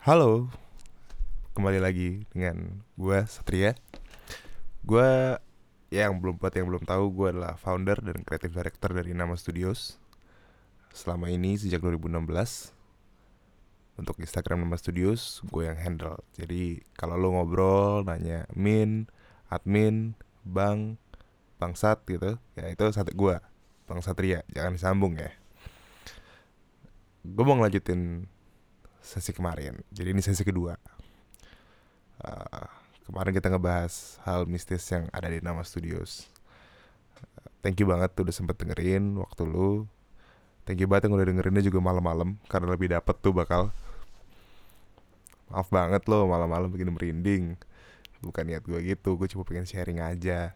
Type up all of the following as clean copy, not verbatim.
Halo, kembali lagi dengan gue Satria. Gue yang belum tahu, gue adalah founder dan creative director dari Nama Studios. Selama ini sejak 2016 untuk Instagram Nama Studios gue yang handle. Jadi kalau lo ngobrol nanya admin, bang, bangsat gitu, ya itu satu gue, Bang Satria. Jangan disambung ya. Gue mau ngelanjutin sesi kemarin. Jadi ini sesi kedua. Uh, Kemarin kita ngebahas hal mistis yang ada di Nama Studios. Thank you banget tuh udah sempet dengerin waktu lu. Thank you banget yang udah dengerinnya juga malam-malam, karena lebih dapet tuh bakal. Maaf banget loh malam-malam bikin merinding. Bukan niat gue gitu, gue cuma pengen sharing aja.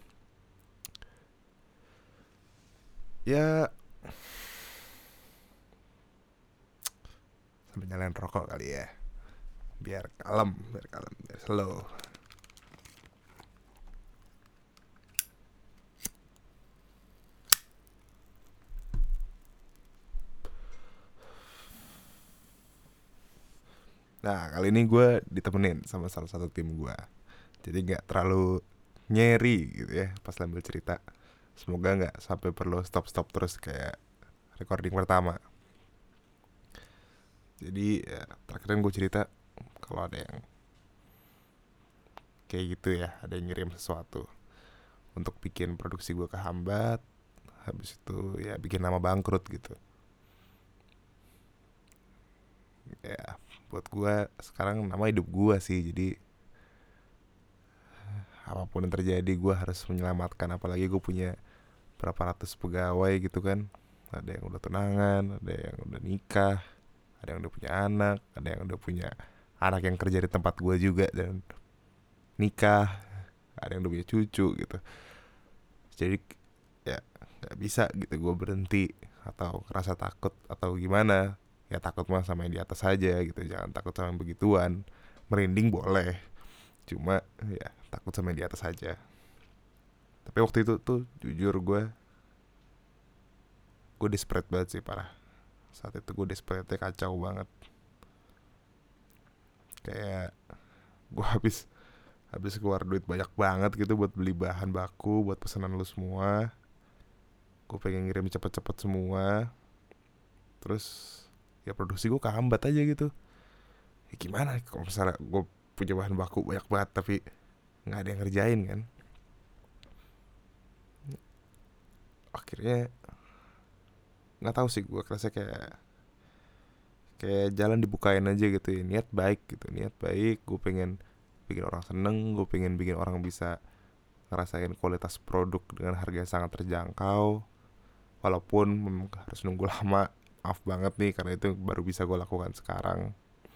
Ya, sambil nyalain rokok kali ya. Biar kalem, biar slow. Nah, kali ini gue ditemenin sama salah satu tim gue. Jadi gak terlalu nyeri gitu ya pas sambil cerita. Semoga gak sampai perlu stop-stop terus kayak recording pertama. Jadi ya, terakhir gue cerita kalau ada yang kayak gitu ya, ada yang ngirim sesuatu untuk bikin produksi gue kehambat, habis itu ya bikin nama bangkrut gitu. Ya buat gue sekarang nama hidup gue sih, jadi apapun yang terjadi gue harus menyelamatkan. Apalagi gue punya berapa ratus pegawai gitu kan, ada yang udah tunangan, ada yang udah nikah, ada yang udah punya anak, ada yang udah punya anak yang kerja di tempat gue juga dan nikah, ada yang udah punya cucu gitu. Jadi ya nggak bisa gitu gue berhenti atau rasa takut atau gimana. Ya takut mah sama yang di atas aja gitu, jangan takut sama yang begituan. Merinding boleh, cuma ya takut sama yang di atas aja. Tapi waktu itu tuh jujur gue desperate banget sih, parah. Saat itu gue desperate, kacau banget. Kayak gue habis habis keluar duit banyak banget gitu buat beli bahan baku buat pesanan lu semua. Gue pengen ngirim cepet-cepet semua. Terus ya produksi gue kehambat aja gitu. Ya gimana kalau misalnya gue punya bahan baku banyak banget tapi nggak ada yang ngerjain kan. Akhirnya nggak tahu sih, gue kerasa kayak kayak jalan dibukain aja gitu ya. Niat baik gitu, niat baik. Gue pengen bikin orang seneng, gue pengen bikin orang bisa ngerasain kualitas produk dengan harga yang sangat terjangkau. Walaupun harus nunggu lama, maaf banget nih karena itu baru bisa gue lakukan sekarang.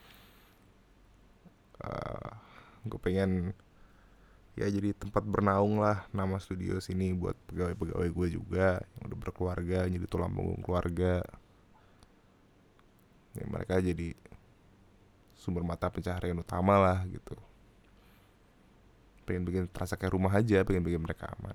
uh, gue pengen ya jadi tempat bernaung lah Nama Studio sini buat pegawai-pegawai gue juga yang udah berkeluarga, jadi tulang punggung keluarga ya. Mereka jadi sumber mata pencaharian utama lah gitu. Pengen bikin terasa kayak rumah aja, pengen bikin mereka aman.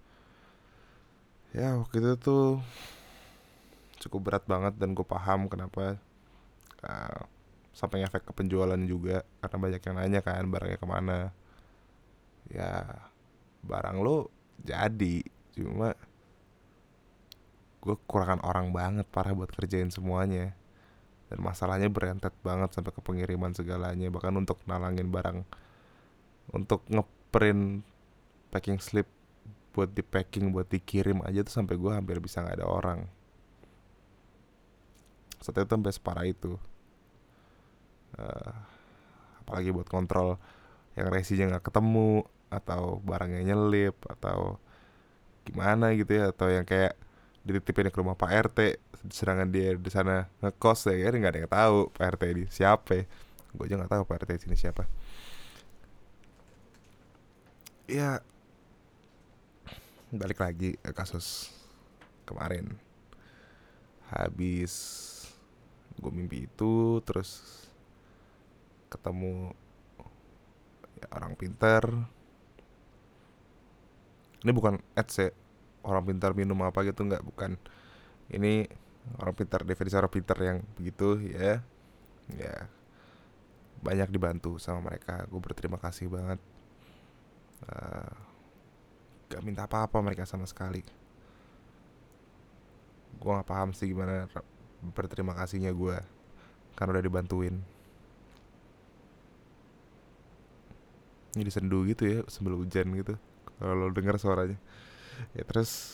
Ya waktu itu tuh cukup berat banget dan gue paham kenapa uh, sampai ngefek ke penjualan juga, karena banyak yang nanya kan barangnya kemana. Ya barang lo jadi, cuma gue kekurangan orang banget parah buat kerjain semuanya. Dan masalahnya berentet banget sampai ke pengiriman segalanya. Bahkan untuk nalangin barang, untuk ngeprint packing slip buat di packing, buat dikirim aja tuh sampai gue hampir bisa gak ada orang. Saat itu sampai separah itu. uh, Apalagi buat kontrol yang resinya gak ketemu, atau barangnya nyelip, atau gimana gitu ya, atau yang kayak dititipin ke rumah Pak RT sedangkan dia di sana ngekos ya kan, nggak ada yang tahu Pak RT di siapa. Gue aja nggak tahu Pak RT di sini siapa. Ya balik lagi ke kasus kemarin. Habis gue mimpi itu terus ketemu ya, orang pintar. Ini bukan ads ya, orang pintar minum apa gitu, nggak, bukan. Ini orang pintar, definisi orang pintar yang begitu ya. Ya banyak dibantu sama mereka. Gue berterima kasih banget. uh, Gak minta apa-apa mereka sama sekali. Gue gak paham sih gimana berterima kasihnya gue, karena udah dibantuin. Ini disendu gitu ya sambil hujan gitu, kalau lo denger suaranya. Ya terus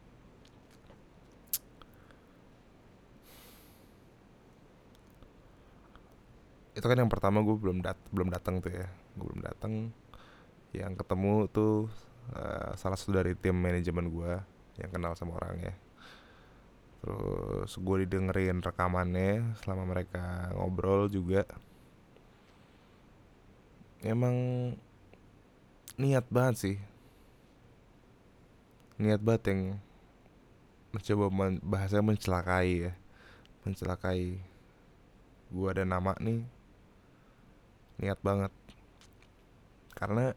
itu kan yang pertama, gue belum datang tuh ya. Gue belum datang. Yang ketemu tuh salah satu dari tim manajemen gue yang kenal sama orangnya. Terus gue didengerin rekamannya selama mereka ngobrol juga. Emang niat banget sih, niat banget yang mencoba bahasanya mencelakai ya, mencelakai gue dan nama nih. Niat banget, karena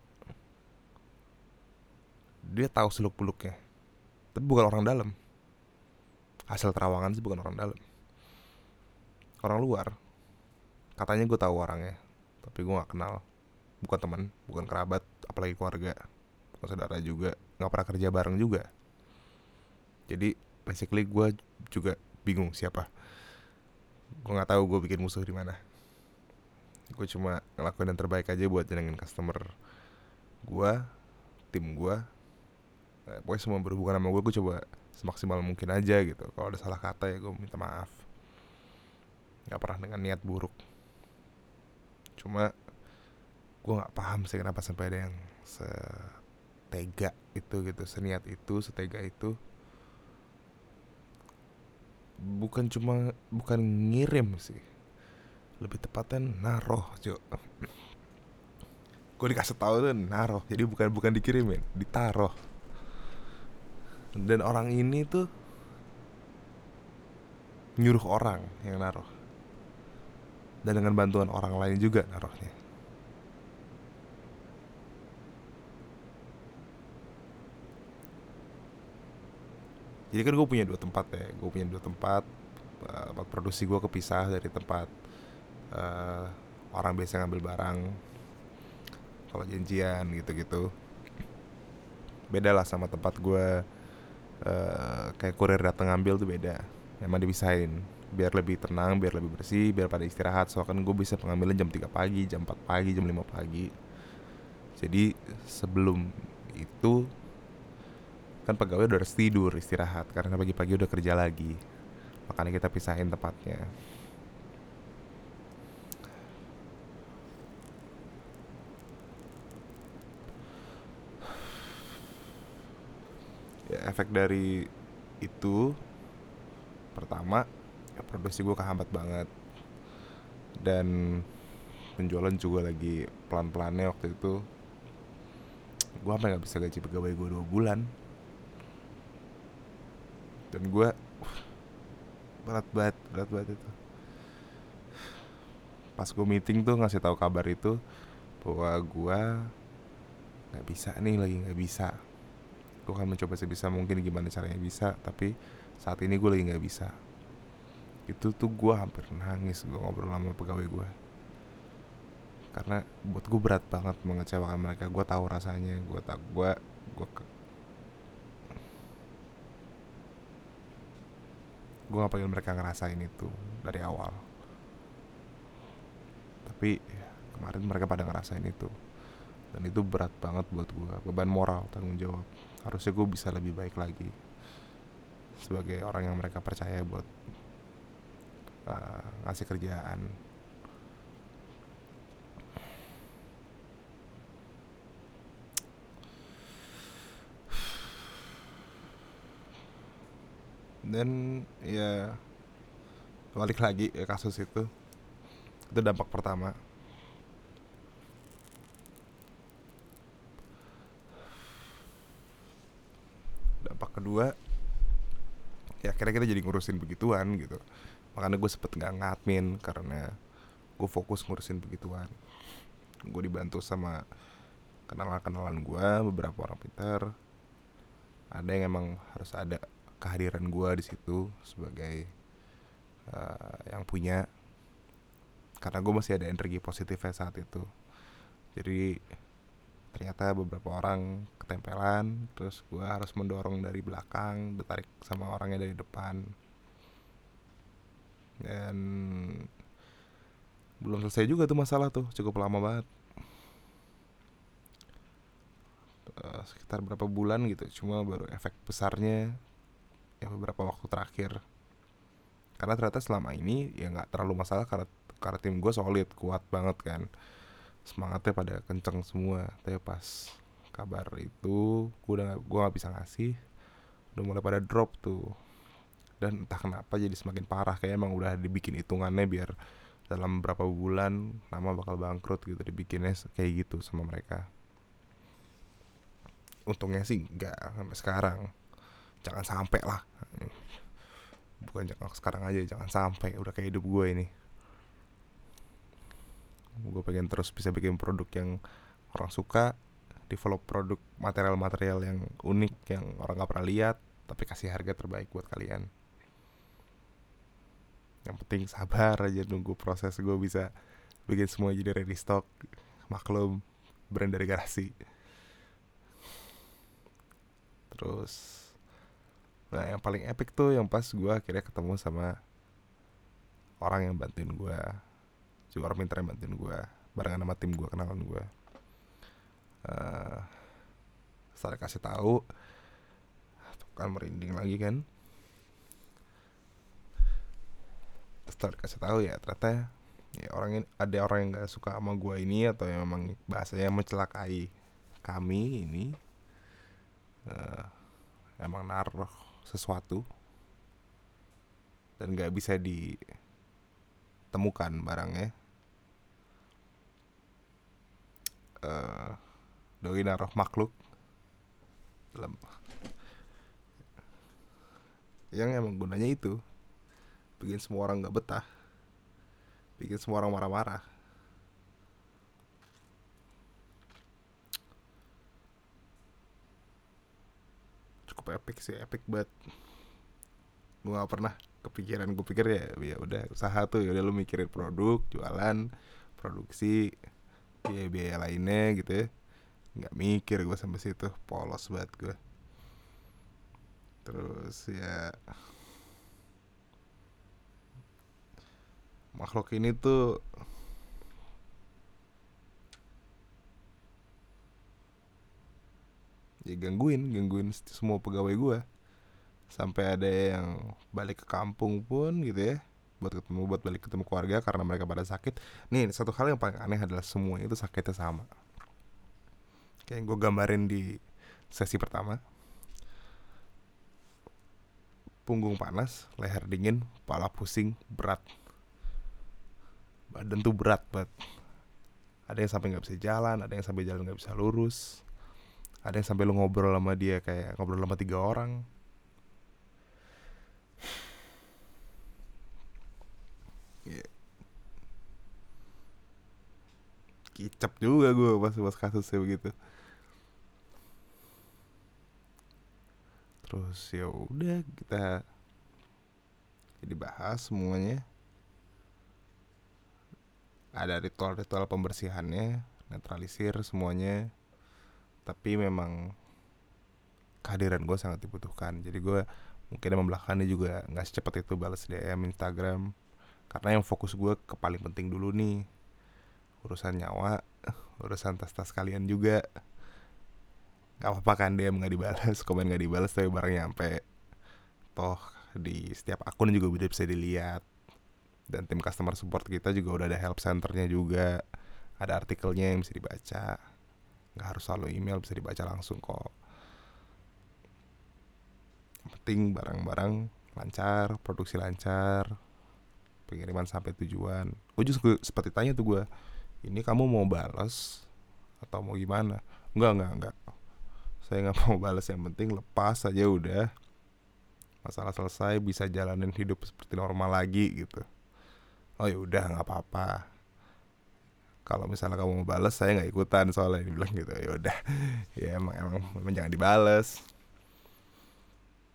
dia tahu seluk beluknya, tapi bukan orang dalam. Hasil terawangan sih bukan orang dalam, orang luar. Katanya gue tahu orangnya, tapi gue nggak kenal. Bukan teman, bukan kerabat, apalagi keluarga, bukan saudara juga, nggak pernah kerja bareng juga. Jadi basically gue juga bingung siapa. Gue nggak tahu gue bikin musuh di mana. Gue cuma ngelakuin yang terbaik aja buat nyenengin customer gue, tim gue. Pokoknya semua berhubungan sama gue coba semaksimal mungkin aja gitu. Kalau ada salah kata ya gue minta maaf. Gak pernah dengan niat buruk. Cuma gue gak paham sih kenapa sampai ada yang setega itu gitu, seniat itu, setega itu. Bukan ngirim sih, lebih tepatnya naruh, Jo. Gue dikasih tahu tuh naruh, jadi bukan dikirimin, ditaruh. Dan orang ini tuh nyuruh orang yang naruh, dan dengan bantuan orang lain juga naruhnya. Jadi kan gue punya 2 tempat ya, tempat produksi gue kepisah dari tempat uh, orang biasa ngambil barang. Kalau janjian gitu-gitu beda lah sama tempat gue, kayak kurir datang ngambil tuh beda. Emang dipisahin biar lebih tenang, biar lebih bersih, biar pada istirahat. Soalnya kan gue bisa pengambilan jam 3 pagi, jam 4 pagi, jam 5 pagi. Jadi sebelum itu kan pegawai udah harus tidur istirahat, karena pagi-pagi udah kerja lagi. Makanya kita pisahin tempatnya. Ya, efek dari itu pertama ya, produksi gue kehambat banget. Dan penjualan juga lagi pelan-pelannya waktu itu. Gue sampai gak bisa gaji pegawai gue 2 bulan. Dan gue berat banget itu. Pas gue meeting tuh ngasih tahu kabar itu, bahwa gue gak bisa nih, lagi gak bisa. Gue akan mencoba sebisa mungkin gimana caranya bisa, tapi saat ini gue lagi gak bisa. Itu tuh gue hampir nangis gue ngobrol sama pegawai gue, karena buat gue berat banget mengecewakan mereka. Gue tahu rasanya, gue gak pengen mereka ngerasain itu dari awal. Tapi ya, kemarin mereka pada ngerasain itu, dan itu berat banget buat gue. Beban moral, tanggung jawab. Harusnya gue bisa lebih baik lagi sebagai orang yang mereka percaya buat ngasih kerjaan. Dan ya balik lagi ya, kasus itu dampak pertama. Dampak kedua, ya akhirnya kita jadi ngurusin begituan gitu. Makanya gue sempet gak ngadmin, karena gue fokus ngurusin begituan. Gue dibantu sama kenalan gue, beberapa orang pintar. Ada yang emang harus ada kehadiran gue di situ sebagai yang punya. karena gue masih ada energi positifnya saat itu. Jadi ternyata beberapa orang ketempelan, terus gue harus mendorong dari belakang, ditarik sama orangnya dari depan, dan belum selesai juga tuh masalah tuh, cukup lama banget. Sekitar berapa bulan gitu, cuma baru efek besarnya ya beberapa waktu terakhir. Karena ternyata selama ini ya nggak terlalu masalah, karena tim gue solid, kuat banget kan, semangatnya pada kenceng semua. Tapi pas kabar itu gue nggak bisa ngasih, udah mulai pada drop tuh. Dan entah kenapa jadi semakin parah, kayak emang udah dibikin hitungannya biar dalam berapa bulan nama bakal bangkrut gitu, dibikinnya kayak gitu sama mereka. Untungnya sih nggak sampai sekarang, jangan sampai lah. Bukan jangan sekarang aja, jangan sampai, udah kayak hidup gue ini. Gue pengen terus bisa bikin produk yang orang suka, develop produk material-material yang unik yang orang gak pernah lihat, tapi kasih harga terbaik buat kalian. Yang penting sabar aja nunggu proses gue bisa bikin semua jadi ready stock. Maklum, brand dari garasi. Terus nah yang paling epic tuh yang pas gue akhirnya ketemu sama orang yang bantuin gue, juga orang pintar yang bantuin gue, barengan sama tim gue, kenalan gue. Setelah kasih tahu, kan merinding lagi kan. Setelah kasih tahu ya ternyata ya orang ini, ada orang yang nggak suka sama gue ini, atau yang memang bahasanya mencelakai kami ini, emang naruh sesuatu dan nggak bisa ditemukan barangnya. Doi naruh makhluk dalam yang emang gunanya itu bikin semua orang nggak betah, bikin semua orang marah-marah. Cukup epic sih, epic banget. Gue gak pernah kepikiran, gue pikir ya udah usaha tuh, ya udah lu mikirin produk, jualan, produksi, biaya lainnya gitu ya. Nggak mikir gue sampai situ, polos banget gue. Terus ya makhluk ini tuh ya gangguin semua pegawai gue, sampai ada yang balik ke kampung pun gitu ya, buat balik ketemu keluarga karena mereka pada sakit. Nih satu hal yang paling aneh adalah semuanya itu sakitnya sama, kayak yang gue gambarin di sesi pertama. Punggung panas, leher dingin, kepala pusing, berat, badan tuh berat banget. Ada yang sampai nggak bisa jalan, ada yang sampai jalan nggak bisa lurus, ada yang sampai lu ngobrol sama dia kayak ngobrol sama 3 orang. Yeah. Kicap juga gue pas kasusnya begitu. Terus ya udah kita jadi bahas semuanya. Ada ritual-ritual pembersihannya, netralisir semuanya. Tapi memang kehadiran gue sangat dibutuhkan. Jadi gue mungkin emang belakangan juga nggak secepat itu balas DM Instagram, karena yang fokus gue ke paling penting dulu nih, urusan nyawa, urusan tas-tas kalian juga. Gak apa-apa kan DM nggak dibalas, komen nggak dibalas, tapi barang nyampe. Toh di setiap akun juga udah bisa dilihat, dan tim customer support kita juga udah ada help centernya juga, ada artikelnya yang bisa dibaca. Nggak harus selalu email, bisa dibaca langsung kok. Yang penting barang-barang lancar, produksi lancar, pengiriman sampai tujuan. Gue juga seperti tanya tuh gue, ini kamu mau balas atau mau gimana? Enggak, saya nggak mau balas, yang penting lepas aja udah, masalah selesai, bisa jalanin hidup seperti normal lagi gitu. Oh ya udah, nggak apa-apa, kalau misalnya kamu mau balas saya nggak ikutan soalnya, dibilang gitu. Ya udah, ya emang jangan dibales.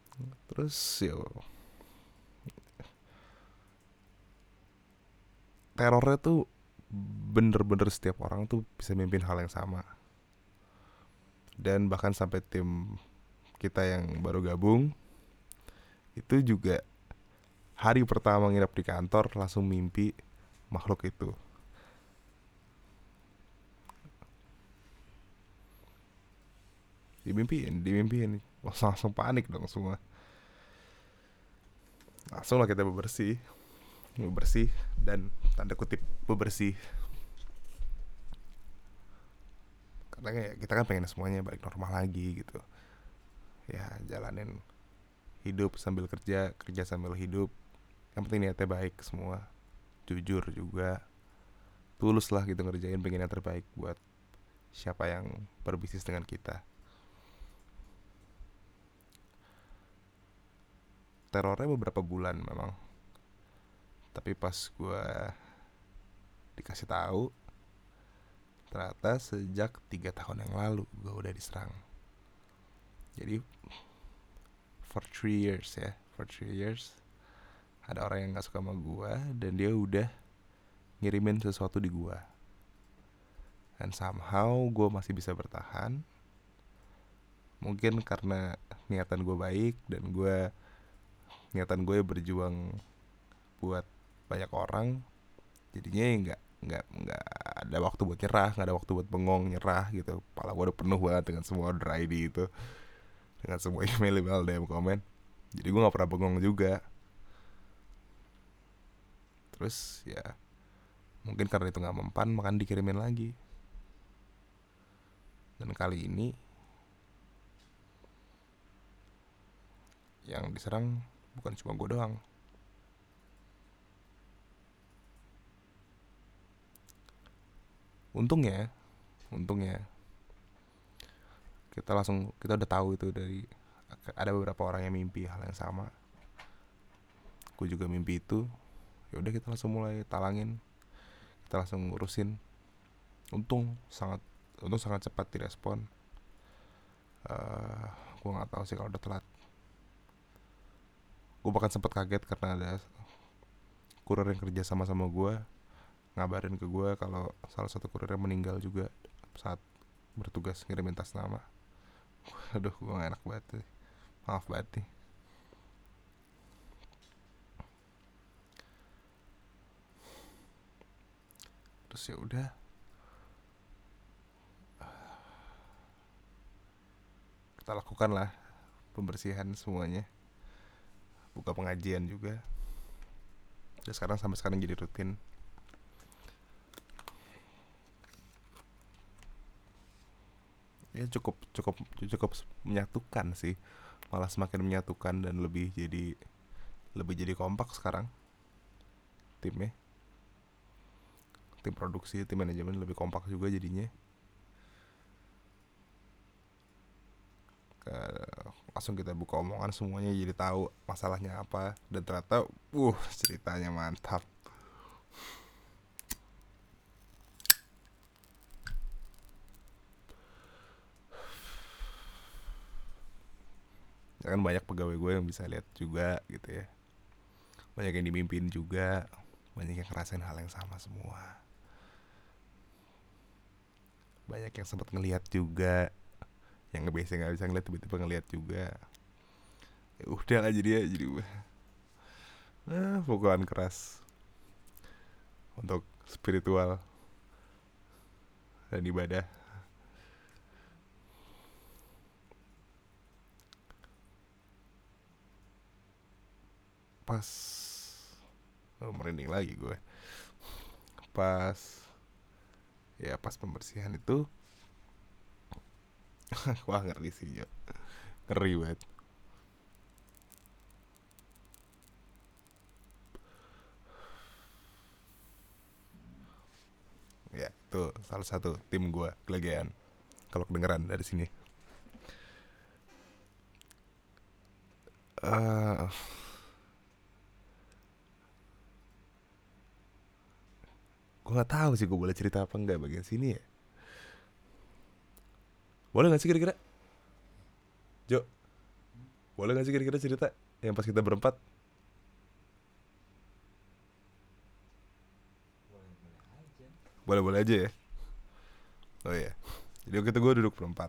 Terus yo terornya tuh bener-bener setiap orang tuh bisa mimpin hal yang sama. Dan bahkan sampai tim kita yang baru gabung itu juga hari pertama nginep di kantor langsung mimpi makhluk itu. Dimimpiin. Langsung panik dong semua. Langsung lah kita bebersih dan tanda kutip bebersih. Karena ya kita kan pengen semuanya balik normal lagi gitu. Ya jalanin hidup sambil kerja, kerja sambil hidup. Yang penting niatnya baik semua, jujur juga, tulus lah gitu ngerjain, pengen yang terbaik buat siapa yang berbisnis dengan kita. Terornya beberapa bulan memang, tapi pas gue dikasih tahu ternyata sejak 3 tahun yang lalu gue udah diserang. Jadi for 3 years ada orang yang nggak suka sama gue dan dia udah ngirimin sesuatu di gue. Dan somehow gue masih bisa bertahan. Mungkin karena niatan gue baik dan niatan gue berjuang buat banyak orang, jadinya nggak ada waktu buat nyerah, nggak ada waktu buat bengong nyerah gitu. Kepala gue udah penuh banget dengan semua order ID itu, dengan semua email DM komen. Jadi gue nggak pernah bengong juga. Terus ya mungkin karena itu nggak mempan, makan dikirimin lagi. Dan kali ini yang diserang bukan cuma gue doang. Untungnya kita udah tahu itu dari ada beberapa orang yang mimpi hal yang sama. Gue juga mimpi itu. Ya udah kita langsung mulai talangin, kita langsung ngurusin. Untung sangat cepat direspon. Gue nggak tahu sih kalau udah telat. Gue bahkan sempat kaget karena ada kurir yang kerja sama gue ngabarin ke gue kalau salah satu kurirnya meninggal juga saat bertugas ngirimin tas nama. Aduh, gue gak enak banget sih. Maaf banget nih. Terus ya udah, kita lakukan lah pembersihan semuanya, buka pengajian juga. Dan sampai sekarang jadi rutin. Ya cukup menyatukan sih, malah semakin menyatukan dan lebih jadi kompak sekarang timnya. Tim produksi, tim manajemen lebih kompak juga jadinya. Langsung kita buka omongan semuanya, jadi tahu masalahnya apa. Dan ternyata ceritanya mantap. Ya kan banyak pegawai gue yang bisa lihat juga gitu ya, banyak yang dimimpin juga, banyak yang ngerasain hal yang sama semua, banyak yang sempat ngelihat juga, yang biasanya nggak bisa ngeliat tiba-tiba ngelihat juga. Ya udah lah, jadi pukulan keras untuk spiritual dan ibadah. Pas merinding lagi gue pas pembersihan itu. Wah, ngeri sih ya, ngeri banget. Ya itu salah satu tim gue kelegean kalau kedengeran dari sini. Gue nggak tahu sih gue boleh cerita apa enggak bagian sini ya. Boleh nggak sih kira-kira, Jo? Boleh nggak sih kira-kira cerita yang pas kita berempat? Boleh-boleh aja ya. Oh iya. Jadi waktu itu gue duduk berempat.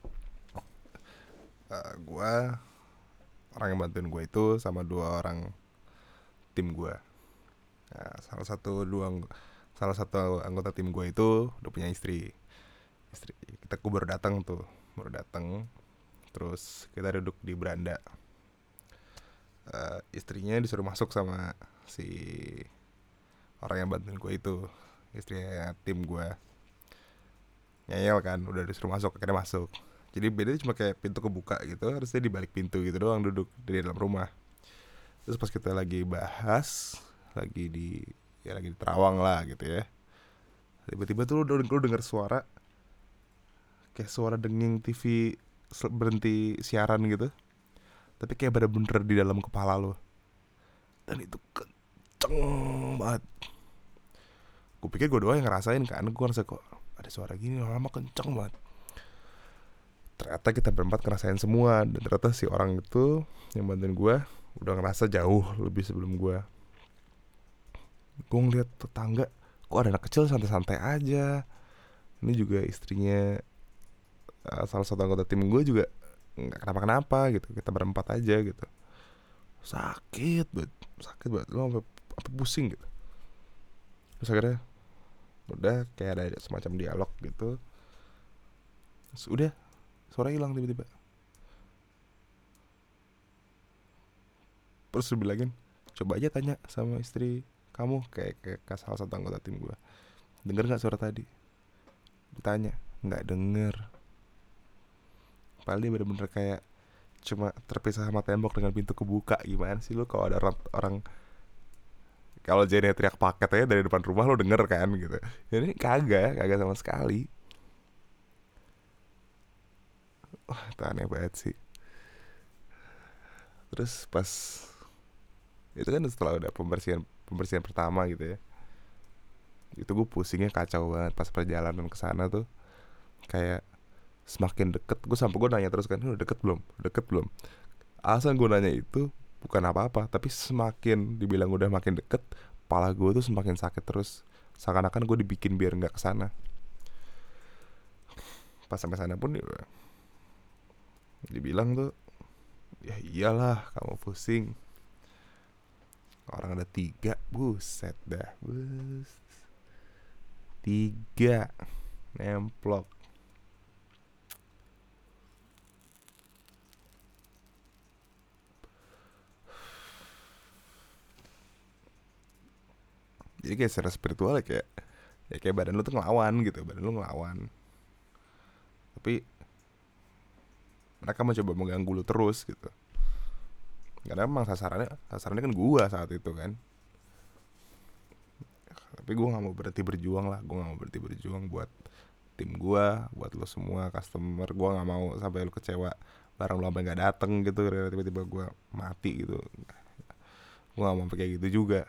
Gue, orang yang bantuin gue itu sama dua orang tim gue. Nah, salah satu anggota tim gue itu udah punya istri. Kita gue baru datang tuh, baru datang. Terus kita duduk di beranda. Istrinya disuruh masuk sama si orang yang bantuin gue itu, istrinya tim gue. Ngeyel kan, udah disuruh masuk, akhirnya masuk. Jadi bedanya cuma kayak pintu kebuka gitu, harusnya di balik pintu gitu doang duduk di dalam rumah. Terus pas kita lagi bahas, lagi di lagi di terawang lah gitu ya. Tiba-tiba tuh lu denger suara kayak suara denging TV berhenti siaran gitu. Tapi kayak bener-bener di dalam kepala lo. Dan itu kenceng banget. Gue pikir gue doang yang ngerasain kan. Gue ngerasa kok ada suara gini lama kenceng banget. Ternyata kita berempat ngerasain semua. Dan ternyata si orang itu yang bantuin gue udah ngerasa jauh lebih sebelum gue. Gue ngeliat tetangga, kok ada anak kecil santai-santai aja. Ini juga istrinya salah satu anggota tim gue juga nggak kenapa-kenapa gitu. Kita berempat aja gitu. Sakit banget. Lo sampai pusing gitu. Terus akhirnya udah kayak ada semacam dialog gitu. Terus udah suara hilang tiba-tiba. Terus dibilangin, coba aja tanya sama istri kamu, kayak salah satu anggota tim gue, denger nggak suara tadi. Ditanya, nggak denger. Padahal dia bener-bener kayak cuma terpisah sama tembok dengan pintu kebuka. Gimana sih lu kalau ada orang kalau Jenny teriak paket aja dari depan rumah lo denger kan gitu. Ini kagak sama sekali. Wah, itu aneh banget sih. Terus pas itu kan setelah udah pembersihan pertama gitu ya, itu gue pusingnya kacau banget pas perjalanan ke sana tuh. Kayak semakin deket gue nanya terus kan, udah deket belum. Alasan gue nanya itu bukan apa-apa, tapi semakin dibilang udah makin deket, kepala gue tuh semakin sakit terus. Seakan-akan gue dibikin biar nggak kesana. Pas sampai sana pun ya, dibilang tuh, ya iyalah kamu pusing. Orang ada 3, buset dah, tiga nemplok. Jadi kayak secara spiritual ya kayak badan lu tuh ngelawan gitu, badan lu ngelawan. Tapi mereka mencoba mengganggu lu terus gitu. Karena emang sasarannya kan gua saat itu kan. Tapi gue nggak mau berhenti berjuang lah, gue nggak mau berhenti berjuang buat tim gue, buat lo semua customer. Gue nggak mau sampai lo kecewa barang lo sampai nggak dateng gitu, tiba-tiba gue mati gitu. Gue nggak mau kayak gitu juga.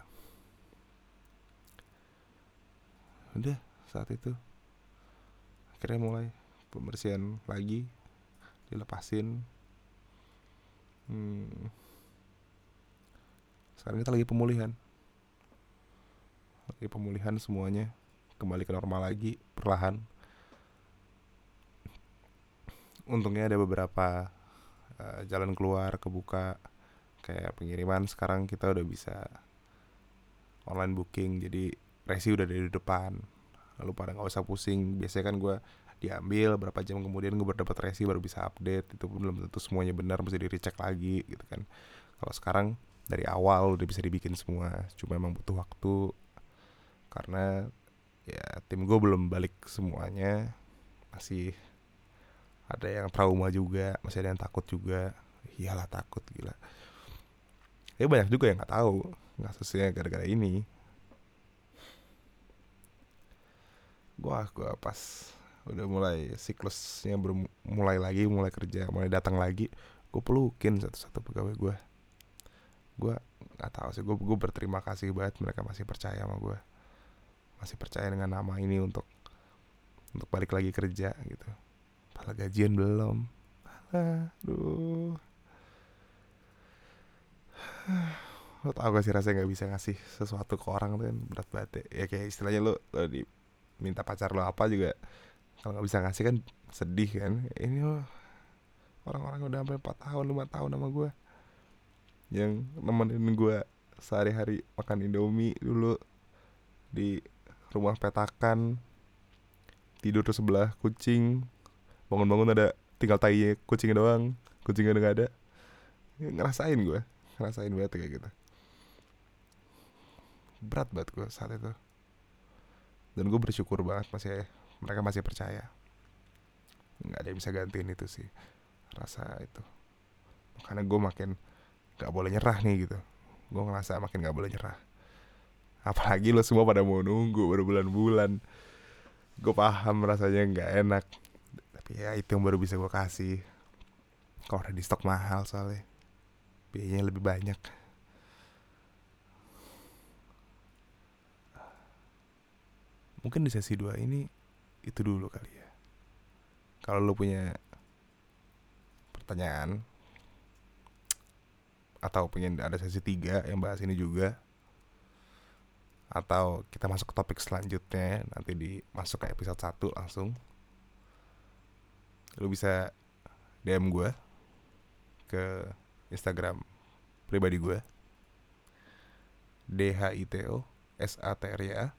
Udah saat itu akhirnya mulai pembersihan lagi, dilepasin. Sekarang kita lagi pemulihan semuanya, kembali ke normal lagi perlahan. Untungnya ada beberapa jalan keluar kebuka, kayak pengiriman sekarang kita udah bisa online booking, jadi resi udah dari depan, lalu pada nggak usah pusing. Biasanya kan gue diambil berapa jam kemudian gue baru dapat resi, baru bisa update. Itu pun belum tentu semuanya benar, mesti di recheck lagi gitu kan. Kalau sekarang dari awal udah bisa dibikin semua, cuma emang butuh waktu karena ya tim gue belum balik semuanya, masih ada yang trauma juga, masih ada yang takut juga. Iyalah takut, gila. Ya banyak juga yang nggak tahu kasusnya gara-gara ini. Gua pas udah mulai siklusnya mulai kerja, mulai datang lagi, gue pelukin satu-satu pegawai gue nggak tahu sih, gue berterima kasih banget mereka masih percaya sama gue, masih percaya dengan nama ini untuk balik lagi kerja gitu. Padahal gajian belum. Aduh. Lo tau gak sih rasanya gak bisa ngasih sesuatu ke orang tuh kan berat banget ya. Ya kayak istilahnya lo diminta pacar lo apa juga, kalau gak bisa ngasih kan sedih kan. Ini orang-orang udah sampai 4 tahun 5 tahun sama gue, yang nemenin gue sehari-hari makan Indomie dulu di rumah petakan, tidur tuh sebelah kucing, bangun-bangun ada tinggal tai kucingnya doang, kucingnya udah gak ada. Ngerasain banget kayak gitu. Berat banget gue saat itu, dan gue bersyukur banget mereka masih percaya. Nggak ada yang bisa gantiin itu sih, rasa itu. Makanya gue makin nggak boleh nyerah nih gitu. Gue ngerasa makin nggak boleh nyerah, apalagi lo semua pada mau nunggu berbulan-bulan. Gue paham rasanya nggak enak, tapi ya itu yang baru bisa gue kasih. Kalau udah di stok mahal soalnya biayanya lebih banyak. Mungkin di sesi 2 ini itu dulu kali ya. Kalau lo punya pertanyaan atau pengen ada sesi 3 yang bahas ini juga, atau kita masuk ke topik selanjutnya nanti masuk ke episode 1 langsung, lo bisa DM gue ke Instagram pribadi gue, DHITO SATRYA.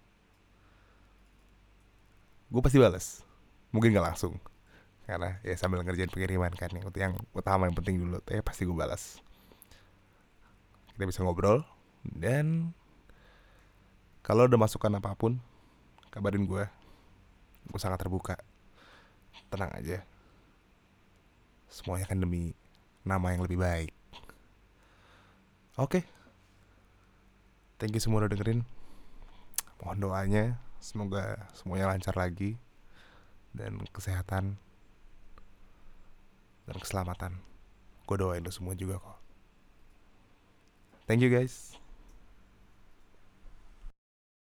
Gue pasti balas, mungkin gak langsung karena ya sambil ngerjain pengiriman kan, yang utama yang penting dulu, tapi pasti gue balas. Kita bisa ngobrol, dan kalau ada masukan apapun kabarin gue sangat terbuka. Tenang aja, semuanya kan demi nama yang lebih baik. Oke, thank you semua udah dengerin. Mohon doanya, semoga semuanya lancar lagi, dan kesehatan dan keselamatan gue doain lo semua juga kok. Thank you guys.